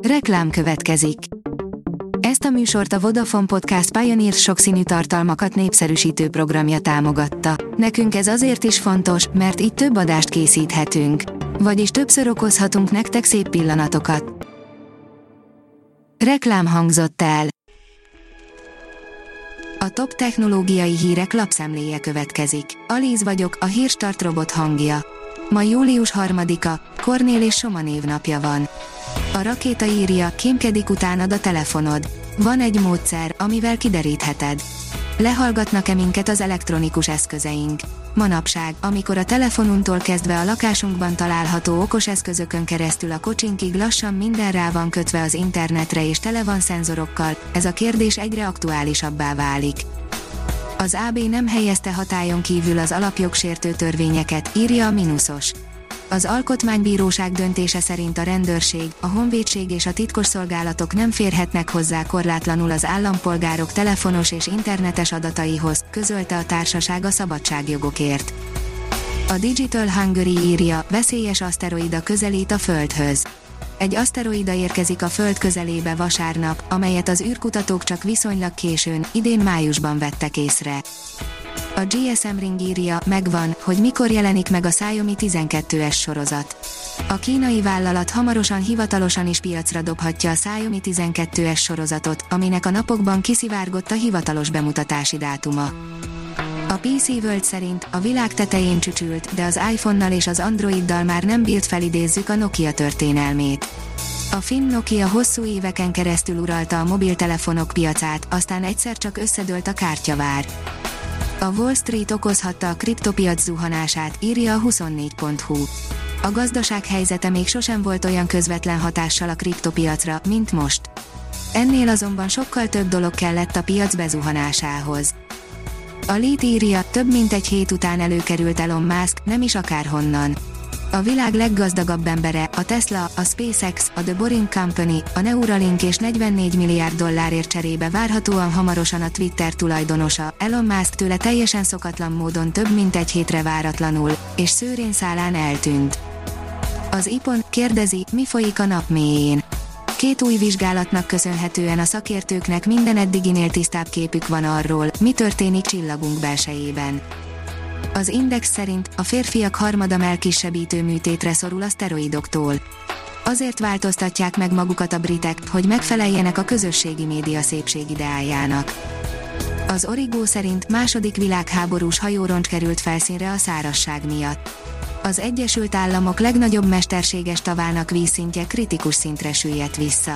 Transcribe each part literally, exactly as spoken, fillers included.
Reklám következik. Ezt a műsort a Vodafone Podcast Pioneer sokszínű tartalmakat népszerűsítő programja támogatta. Nekünk ez azért is fontos, mert így több adást készíthetünk. Vagyis többször okozhatunk nektek szép pillanatokat. Reklám hangzott el. A top technológiai hírek lapszemléje következik. Alíz vagyok, a Hírstart robot hangja. Ma július harmadika, Kornél és Soma névnapja van. A Rakéta írja, kémkedik utánad a telefonod. Van egy módszer, amivel kiderítheted. Lehallgatnak-e minket az elektronikus eszközeink? Manapság, amikor a telefonunktól kezdve a lakásunkban található okos eszközökön keresztül a kocsinkig lassan minden rá van kötve az internetre és tele van szenzorokkal, ez a kérdés egyre aktuálisabbá válik. Az á bé nem helyezte hatályon kívül az alapjogsértő törvényeket, írja a Minusos. Az Alkotmánybíróság döntése szerint a rendőrség, a honvédség és a titkosszolgálatok nem férhetnek hozzá korlátlanul az állampolgárok telefonos és internetes adataihoz, közölte a társaság a szabadságjogokért. A Digital Hungary írja, veszélyes aszteroida közelít a Földhöz. Egy aszteroida érkezik a Föld közelébe vasárnap, amelyet az űrkutatók csak viszonylag későn, idén májusban vettek észre. A gé es em Ring írja, megvan, hogy mikor jelenik meg a Xiaomi tizenkettő es sorozat. A kínai vállalat hamarosan hivatalosan is piacra dobhatja a Xiaomi tizenkettő es sorozatot, aminek a napokban kiszivárgott a hivatalos bemutatási dátuma. A pé cé World szerint a világ tetején csücsült, de az iPhone-nal és az Androiddal már nem bírt felidézzük a Nokia történelmét. A finn Nokia hosszú éveken keresztül uralta a mobiltelefonok piacát, aztán egyszer csak összedőlt a kártyavár. A Wall Street okozhatta a kriptopiac zuhanását, írja a huszonnégy pont hu. A gazdaság helyzete még sosem volt olyan közvetlen hatással a kriptopiacra, mint most. Ennél azonban sokkal több dolog kellett a piac bezuhanásához. A Lead írja, több mint egy hét után előkerült Elon Musk, nem is akárhonnan. A világ leggazdagabb embere, a Tesla, a SpaceX, a The Boring Company, a Neuralink és negyvennégy milliárd dollárért cserébe várhatóan hamarosan a Twitter tulajdonosa, Elon Musk tőle teljesen szokatlan módon több mint egy hétre váratlanul, és szőrén szálán eltűnt. Az i pont kérdezi, mi folyik a nap mélyén. Két új vizsgálatnak köszönhetően a szakértőknek minden eddiginél tisztább képük van arról, mi történik csillagunk belsejében. Az Index szerint a férfiak harmada mellkisebbítő műtétre szorul a szteroidoktól. Azért változtatják meg magukat a britek, hogy megfeleljenek a közösségi média szépségideájának. Az Origo szerint második világháborús hajóroncs került felszínre a szárazság miatt. Az Egyesült Államok legnagyobb mesterséges tavának vízszintje kritikus szintre süllyedt vissza.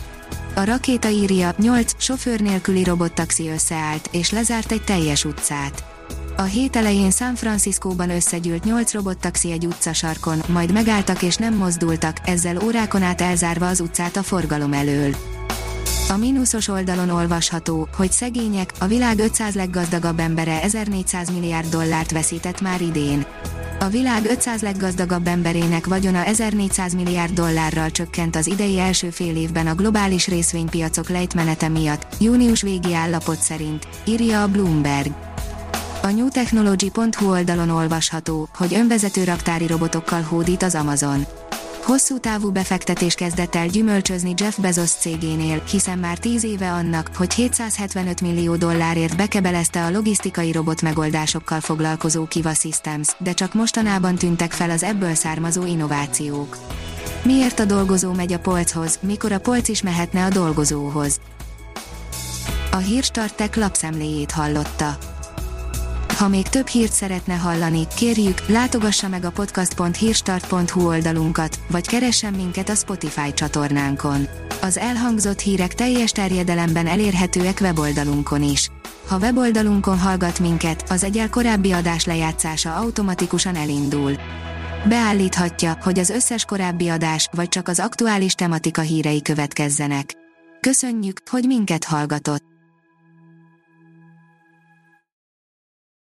A Rakéta írja, nyolc sofőr nélküli robottaxi összeállt, és lezárt egy teljes utcát. A hét elején San Franciscóban összegyűlt nyolc robottaxi egy utcasarkon, majd megálltak és nem mozdultak, ezzel órákon át elzárva az utcát a forgalom elől. A Minusos oldalon olvasható, hogy szegények, a világ ötszáz leggazdagabb embere ezernégyszáz milliárd dollárt veszített már idén. A világ ötszáz leggazdagabb emberének vagyona ezernégyszáz milliárd dollárral csökkent az idei első fél évben a globális részvénypiacok lejtmenete miatt, június végi állapot szerint, írja a Bloomberg. A newtechnology pont hu oldalon olvasható, hogy önvezető raktári robotokkal hódít az Amazon. Hosszú távú befektetés kezdett el gyümölcsözni Jeff Bezos cégénél, hiszen már tíz éve annak, hogy hétszázhetvenöt millió dollárért bekebelezte a logisztikai robot megoldásokkal foglalkozó Kiva Systems, de csak mostanában tűntek fel az ebből származó innovációk. Miért a dolgozó megy a polchoz, mikor a polc is mehetne a dolgozóhoz? A Hírstart Tech lapszemléjét hallotta. Ha még több hírt szeretne hallani, kérjük, látogassa meg a podcast pont hírstart pont hu oldalunkat, vagy keressen minket a Spotify csatornánkon. Az elhangzott hírek teljes terjedelemben elérhetőek weboldalunkon is. Ha weboldalunkon hallgat minket, az egyel korábbi adás lejátszása automatikusan elindul. Beállíthatja, hogy az összes korábbi adás, vagy csak az aktuális tematika hírei következzenek. Köszönjük, hogy minket hallgatott!